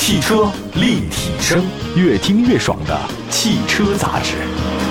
汽车立体声，越听越爽的汽车杂志。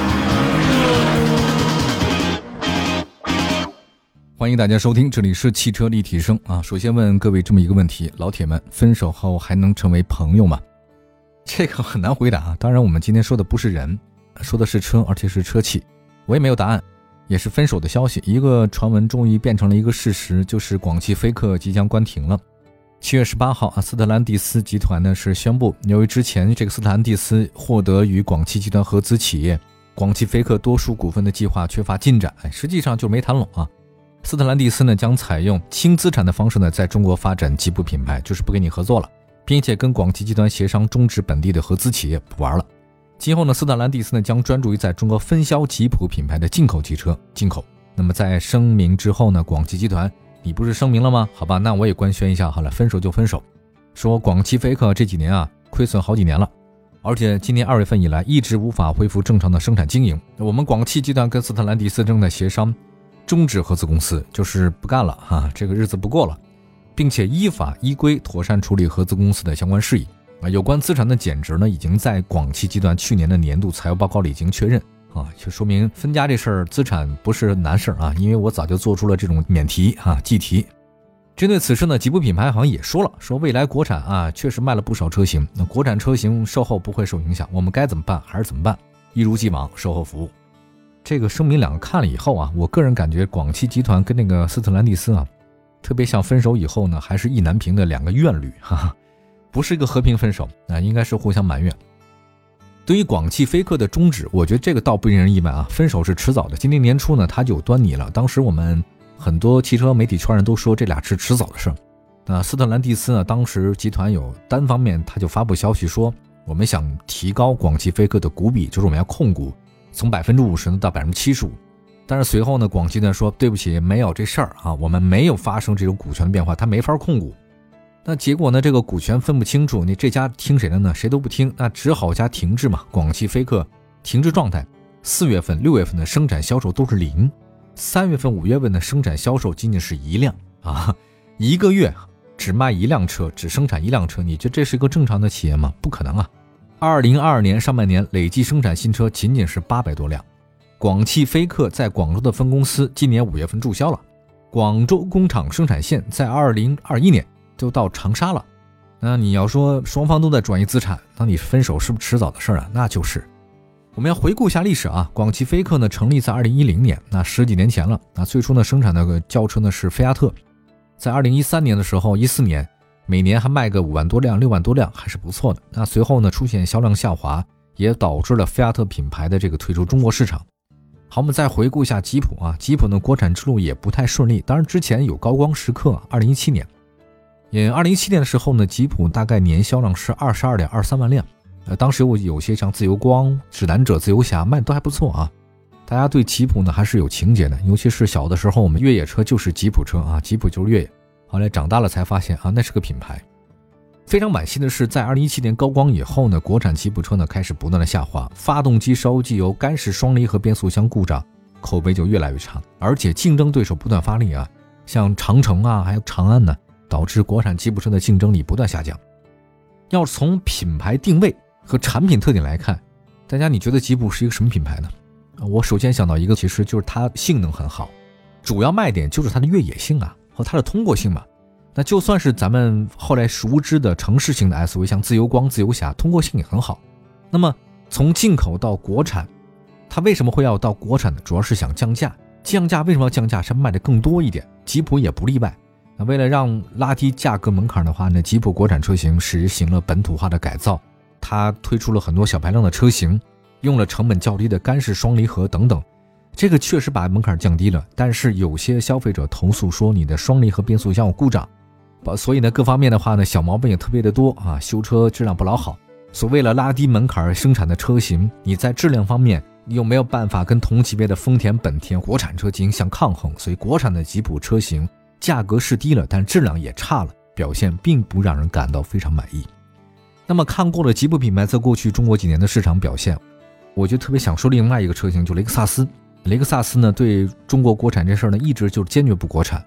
欢迎大家收听，这里是汽车立体声啊。首先问各位这么一个问题，老铁们，分手后还能成为朋友吗？这个很难回答啊。当然我们今天说的不是人，说的是车，而且是车企。我也没有答案，也是分手的消息。一个传闻终于变成了一个事实，就是广汽菲克即将关停了。7月18号啊，斯特兰蒂斯集团呢是宣布，由于之前这个斯特兰蒂斯获得与广汽集团合资企业广汽菲克多数股份的计划缺乏进展，实际上就没谈拢啊。斯特兰蒂斯呢将采用轻资产的方式呢在中国发展吉普品牌，就是不跟你合作了，并且跟广汽集团协商终止本地的合资企业，不玩了。今后呢，斯特兰蒂斯呢将专注于在中国分销吉普品牌的进口汽车进口。那么在声明之后呢，广汽集团你不是声明了吗？好吧，那我也官宣一下好了，分手就分手。说广汽菲克这几年啊亏损好几年了，而且今年2月份以来一直无法恢复正常的生产经营。我们广汽集团跟斯特兰蒂斯正在协商终止合资公司，就是不干了啊，这个日子不过了，并且依法依规妥善处理合资公司的相关事宜啊。有关资产的减值呢，已经在广汽集团去年的年度财务报告里已经确认啊，就说明分家这事儿资产不是难事啊，因为我早就做出了这种免提啊计提。针对此事呢，吉普品牌好像也说了，说未来国产啊确实卖了不少车型，那国产车型售后不会受影响，我们该怎么办还是怎么办，一如既往售后服务。这个声明两个看了以后啊，我个人感觉广汽集团跟那个斯特兰蒂斯啊，特别像分手以后呢还是意难平的两个怨侣哈，不是一个和平分手啊，应该是互相埋怨。对于广汽菲克的终止，我觉得这个倒不令人意外啊，分手是迟早的。今年年初呢，它就有端倪了。当时我们很多汽车媒体圈人都说这俩是迟早的事。那斯特兰蒂斯呢，当时集团有单方面他就发布消息说，我们想提高广汽菲克的股比，就是我们要控股从 50% 到 75%。 但是随后呢，广汽呢说对不起，没有这事儿啊，我们没有发生这种股权的变化，他没法控股。那结果呢，这个股权分不清楚，你这家听谁的呢？谁都不听，那只好加停滞嘛。广汽菲克停滞状态，4月份、6月份的生产销售都是0， 3月份、5月份的生产销售仅仅是1辆啊，一个月只卖1辆车，只生产1辆车，你觉得这是一个正常的企业吗？不可能啊。2022年上半年累计生产新车仅仅是800多辆。广汽菲克在广州的分公司今年5月份注销了，广州工厂生产线在2021年就到长沙了。那你要说双方都在转移资产，那你分手是不是迟早的事啊？那就是。我们要回顾一下历史啊，广汽菲克呢成立在2010年，那10几年前了。那最初呢生产的轿车呢是菲亚特，在2013年的时候，14年每年还卖个5万多辆、6万多辆，还是不错的。那随后呢出现销量下滑，也导致了菲亚特品牌的这个退出中国市场。好，我们再回顾一下吉普啊，吉普呢国产之路也不太顺利，当然之前有高光时刻，2017年。2017年的时候呢，吉普大概年销量是 22.23 万辆，当时有些像自由光、指南者、自由侠卖的都还不错啊。大家对吉普呢还是有情节的，尤其是小的时候我们越野车就是吉普车啊，吉普就是越野。后来长大了才发现啊，那是个品牌。非常惋惜的是，在2017年高光以后呢，国产吉普车呢开始不断的下滑，发动机烧机油、干式双离合变速箱故障，口碑就越来越差，而且竞争对手不断发力啊，像长城啊，还有长安呢，导致国产吉普车的竞争力不断下降。要从品牌定位和产品特点来看，大家你觉得吉普是一个什么品牌呢？我首先想到一个，其实就是它性能很好，主要卖点就是它的越野性啊和它的通过性嘛。那就算是咱们后来熟知的城市型的 SUV， 像自由光、自由侠，通过性也很好。那么从进口到国产，它为什么会要到国产呢？主要是想降价。降价为什么要降价？是卖的更多一点，吉普也不例外。那为了让拉低价格门槛的话呢，吉普国产车型实行了本土化的改造，它推出了很多小排量的车型，用了成本较低的干式双离合等等，这个确实把门槛降低了。但是有些消费者投诉说你的双离合变速箱有故障，所以呢各方面的话呢小毛病也特别的多啊，修车质量不老好。所为了拉低门槛生产的车型，你在质量方面你又没有办法跟同级别的丰田、本田国产车进行相抗衡，所以国产的吉普车型价格是低了，但质量也差了，表现并不让人感到非常满意。那么看过了吉普品牌在过去中国几年的市场表现，我就特别想说另外一个车型，就雷克萨斯。雷克萨斯呢对中国国产这事儿呢一直就是坚决不国产。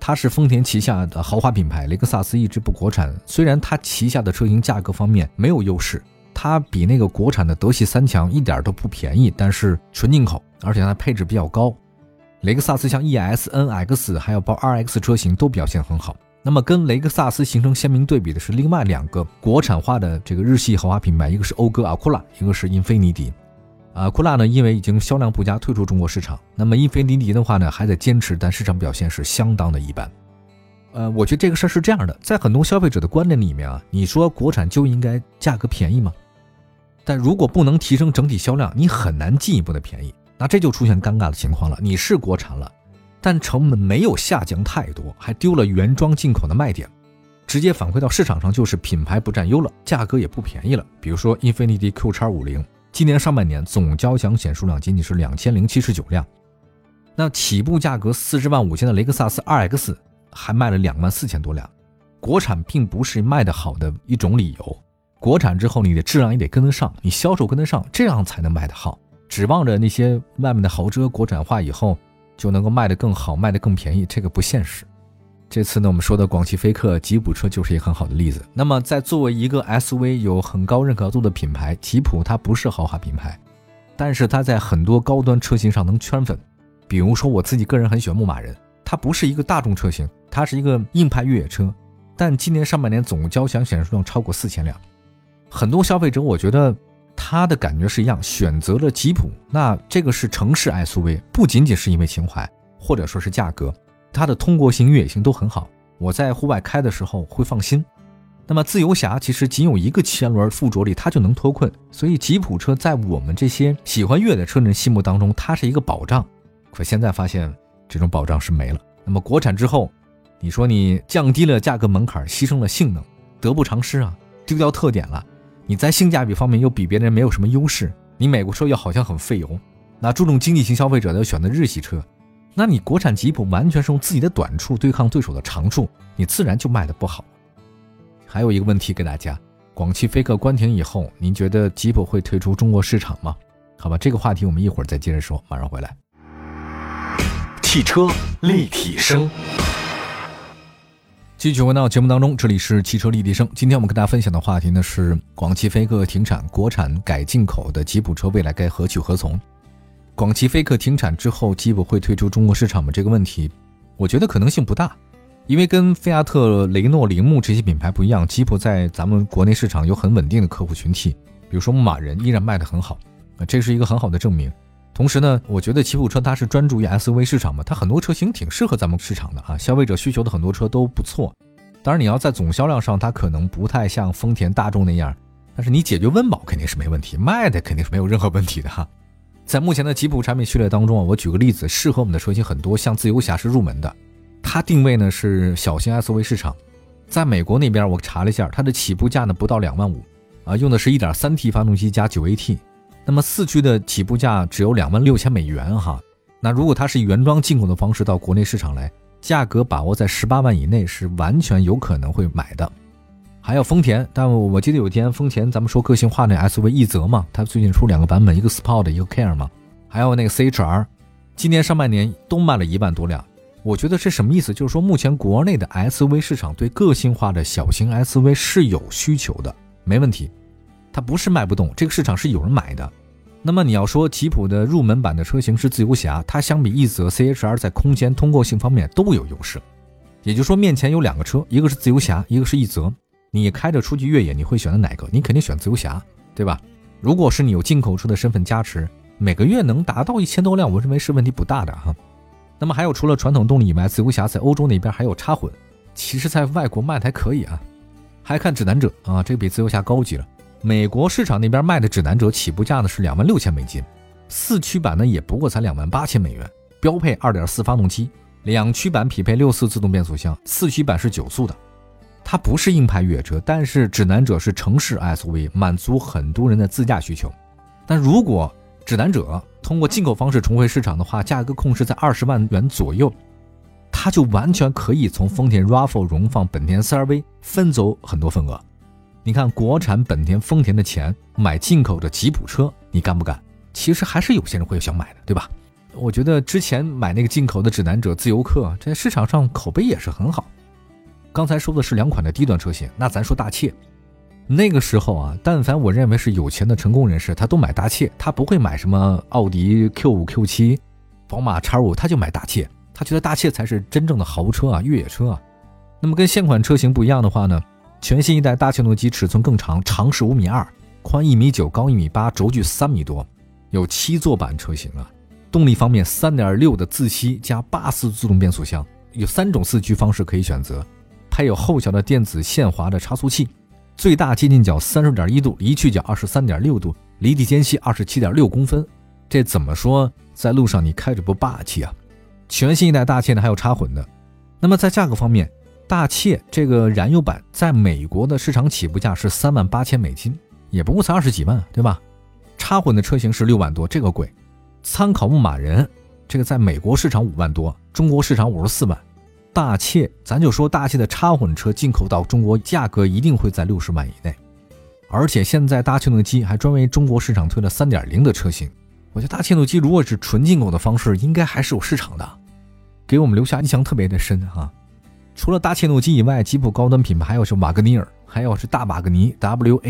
它是丰田旗下的豪华品牌，雷克萨斯一直不国产，虽然它旗下的车型价格方面没有优势，它比那个国产的德系3强一点都不便宜，但是纯进口，而且它配置比较高。雷克萨斯像 ES、NX 还有包 RX 车型都表现很好。那么跟雷克萨斯形成鲜明对比的是另外2个国产化的这个日系豪华品牌，一个是讴歌阿库拉，一个是英菲尼迪。阿库拉呢，因为已经销量不佳退出中国市场，那么英菲尼迪的话呢还在坚持，但市场表现是相当的一般。我觉得这个事儿是这样的，在很多消费者的观念里面啊，你说国产就应该价格便宜吗？但如果不能提升整体销量，你很难进一步的便宜，那这就出现尴尬的情况了。你是国产了，但成本没有下降太多，还丢了原装进口的卖点，直接反馈到市场上就是品牌不占优了，价格也不便宜了。比如说英菲尼迪 QX50， 今年上半年总交强险数量仅仅是2079辆，那起步价格40万5千的雷克萨斯 2X 还卖了2万4千多辆。国产并不是卖得好的一种理由，国产之后你的质量也得跟得上，你销售跟得上，这样才能卖得好。指望着那些外面的豪车国产化以后就能够卖得更好，卖得更便宜，这个不现实。这次呢，我们说的广汽菲克吉普车就是一个很好的例子。那么在作为一个 SUV 有很高认可度的品牌，吉普它不是豪华品牌，但是它在很多高端车型上能圈粉。比如说我自己个人很喜欢牧马人，它不是一个大众车型，它是一个硬派越野车，但今年上半年总交强险数量超过4000辆。很多消费者我觉得他的感觉是一样，选择了吉普，那这个是城市 SUV， 不仅仅是因为情怀或者说是价格，它的通过性越野性都很好，我在户外开的时候会放心。那么自由侠其实仅有一个前轮附着力它就能脱困，所以吉普车在我们这些喜欢越野的车人心目当中它是一个保障，可现在发现这种保障是没了。那么国产之后，你说你降低了价格门槛，牺牲了性能，得不偿失啊，丢掉特点了，你在性价比方面又比别人没有什么优势，你美国车又好像很费油，那注重经济型消费者的选择日系车，那你国产吉普完全是用自己的短处对抗对手的长处，你自然就卖得不好。还有一个问题给大家，广汽菲克关停以后，您觉得吉普会退出中国市场吗？好吧，这个话题我们一会儿再接着说，马上回来。 汽车立体声， 继续回到节目当中，这里是汽车立体声。今天我们跟大家分享的话题呢是广汽菲克停产，国产改进口的吉普车未来该何去何从？广汽菲克停产之后，吉普会退出中国市场吗？这个问题，我觉得可能性不大，因为跟菲亚特、雷诺、铃木这些品牌不一样，吉普在咱们国内市场有很稳定的客户群体，比如说牧马人依然卖得很好，这是一个很好的证明。同时呢，我觉得吉普车它是专注于 SUV 市场嘛，它很多车型挺适合咱们市场的啊，消费者需求的很多车都不错。当然你要在总销量上它可能不太像丰田、大众那样，但是你解决温饱肯定是没问题，卖的肯定是没有任何问题的哈。在目前的吉普产品序列当中啊，我举个例子，适合我们的车型很多，像自由侠是入门的，它定位呢是小型 SUV 市场，在美国那边我查了一下，它的起步价呢不到2万5啊，用的是 1.3T 发动机加 9AT， 那么4驱的起步价只有26000美元哈。那如果它是以原装进口的方式到国内市场来，价格把握在18万以内是完全有可能会买的。还有丰田，但我记得有一天丰田咱们说个性化那 SUV 奕泽嘛，它最近出2个版本，一个 Sport 一个 Care 嘛，还有那个 CHR， 今年上半年都卖了1万多辆。我觉得这什么意思？就是说目前国内的 SUV 市场对个性化的小型 SUV 是有需求的，没问题，它不是卖不动，这个市场是有人买的。那么你要说吉普的入门版的车型是自由侠，它相比奕泽 CHR 在空间通过性方面都有优势，也就是说面前有2个车，一个是自由侠，一个是奕泽，你开着出去越野你会选择哪个？你肯定选自由侠，对吧？如果是你有进口车的身份加持，每个月能达到1000多辆，我认为是问题不大的哈。那么还有除了传统动力以外，自由侠在欧洲那边还有插混，其实在外国卖的还可以啊。还看指南者啊，这个比自由侠高级了。美国市场那边卖的指南者起步价呢是26000美金，4驱版呢也不过才28000美元，标配 2.4 发动机，2驱版匹配6速自动变速箱，4驱版是9速的。它不是硬派越野车，但是指南者是城市 SUV， 满足很多人的自驾需求。但如果指南者通过进口方式重回市场的话，价格控制在20万元左右，它就完全可以从丰田 RAV4、荣放、本田 CR-V 分走很多份额。你看国产本田、丰田的钱买进口的吉普车，你干不干？其实还是有些人会想买的，对吧？ 我觉得之前买那个进口的指南者、自由客，这市场上口碑也是很好。刚才说的是2款的低端车型，那咱说大切。那个时候啊，但凡我认为是有钱的成功人士，他都买大切，他不会买什么奥迪 Q5、Q7、宝马 X5， 他就买大切，他觉得大切才是真正的豪车啊，越野车啊。那么跟现款车型不一样的话呢，全新一代大切诺基尺寸更长，长是5.2米，宽1.9米，高1.8米，轴距3米多，有7座版车型啊。动力方面 3.6 的自吸加8速自动变速箱，有3种4驱方式可以选择，配有后桥的电子限滑的差速器，最大接近角 30.1 度，离去角 23.6 度，离地间隙 27.6 公分。这怎么说在路上你开着不霸气啊？全新一代大切呢还有插混的。那么在价格方面，大切这个燃油版在美国的市场起步价是$38,000，也不过才20几万，对吧？插混的车型是6万多，这个贵。参考牧马人，这个在美国市场5万多，中国市场54万。大切，咱就说大切的插混车进口到中国，价格一定会在60万以内。而且现在大切诺基还专为中国市场推了 3.0 的车型。我觉得大切诺基如果是纯进口的方式，应该还是有市场的，给我们留下印象特别的深啊。除了大切诺基以外，吉普高端品牌还有是瓦格尼尔，还有是大瓦格尼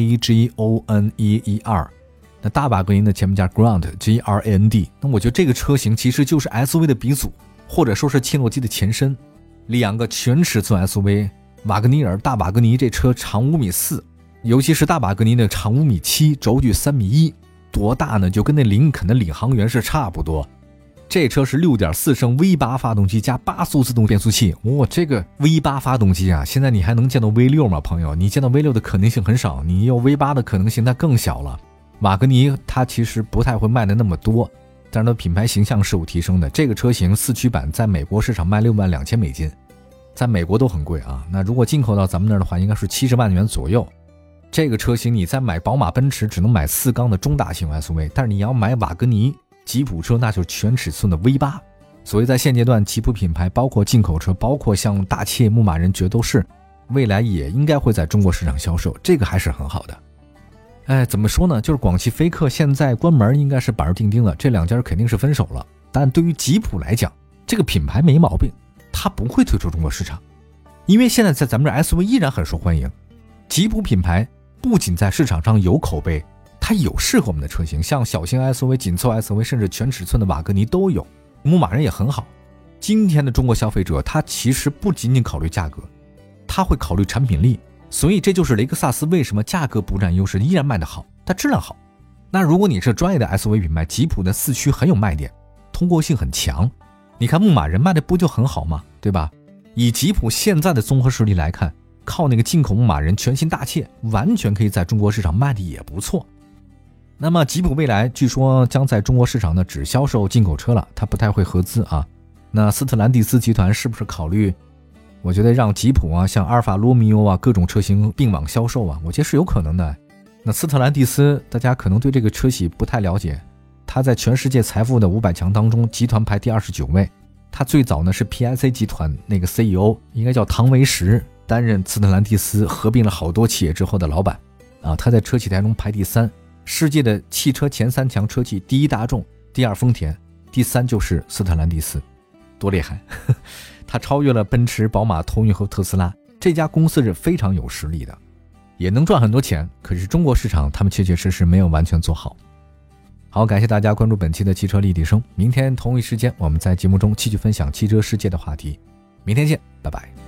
WAGONEER。那大瓦格尼的前面加 Grand GRAND， 那我觉得这个车型其实就是 SUV 的鼻祖，或者说是切诺基的前身。2个全尺寸 SUV， 瓦格尼尔、大瓦格尼这车长5.4米，尤其是大瓦格尼的长5.7米，轴距3.1米，多大呢？就跟那林肯的领航员是差不多。这车是 6.4 升 V8 发动机加8速自动变速器。这个 V8 发动机啊，现在你还能见到 V6 吗？朋友，你见到 V6 的可能性很少，你有 V8 的可能性那更小了。瓦格尼它其实不太会卖的那么多，但是它品牌形象是有提升的。这个车型4驱版在美国市场卖$62,000，在美国都很贵啊。那如果进口到咱们那儿的话，应该是70万元左右。这个车型你再买宝马、奔驰只能买4缸的中大型 SUV， 但是你要买瓦格尼吉普车，那就是全尺寸的 V8。所以在现阶段，吉普品牌包括进口车，包括像大切、牧马人、决斗士，未来也应该会在中国市场销售，这个还是很好的。怎么说呢？就是广汽菲克现在关门应该是板上钉钉了，这2家肯定是分手了。但对于吉普来讲，这个品牌没毛病，它不会退出中国市场，因为现在在咱们这 SUV 依然很受欢迎。吉普品牌不仅在市场上有口碑，它有适合我们的车型，像小型 SUV、紧凑 SUV， 甚至全尺寸的瓦格尼都有。牧马人也很好。今天的中国消费者，他其实不仅仅考虑价格，他会考虑产品力。所以这就是雷克萨斯为什么价格不占优势，依然卖得好，它质量好。那如果你是专业的 SUV 品牌，吉普的4驱很有卖点，通过性很强。你看牧马人卖的不就很好吗？对吧？以吉普现在的综合实力来看，靠那个进口牧马人全新大切，完全可以在中国市场卖的也不错。那么吉普未来据说将在中国市场呢只销售进口车了，它不太会合资啊。那斯特兰蒂斯集团是不是考虑？我觉得让吉普啊，像阿尔法罗密欧啊，各种车型并网销售啊，我觉得是有可能的。那斯特兰蒂斯，大家可能对这个车企不太了解，它在全世界财富的500强当中，集团排第29位。它最早呢是 PIC 集团那个 CEO 应该叫唐维石，担任斯特兰蒂斯合并了好多企业之后的老板啊。他在车企当中排第3，世界的汽车前3强车企，第1大众，第2丰田，第3就是斯特兰蒂斯，多厉害！它超越了奔驰、宝马、通用和特斯拉，这家公司是非常有实力的，也能赚很多钱。可是中国市场他们确确实实没有完全做好。好，感谢大家关注本期的汽车立体声，明天同一时间我们在节目中继续分享汽车世界的话题。明天见，拜拜。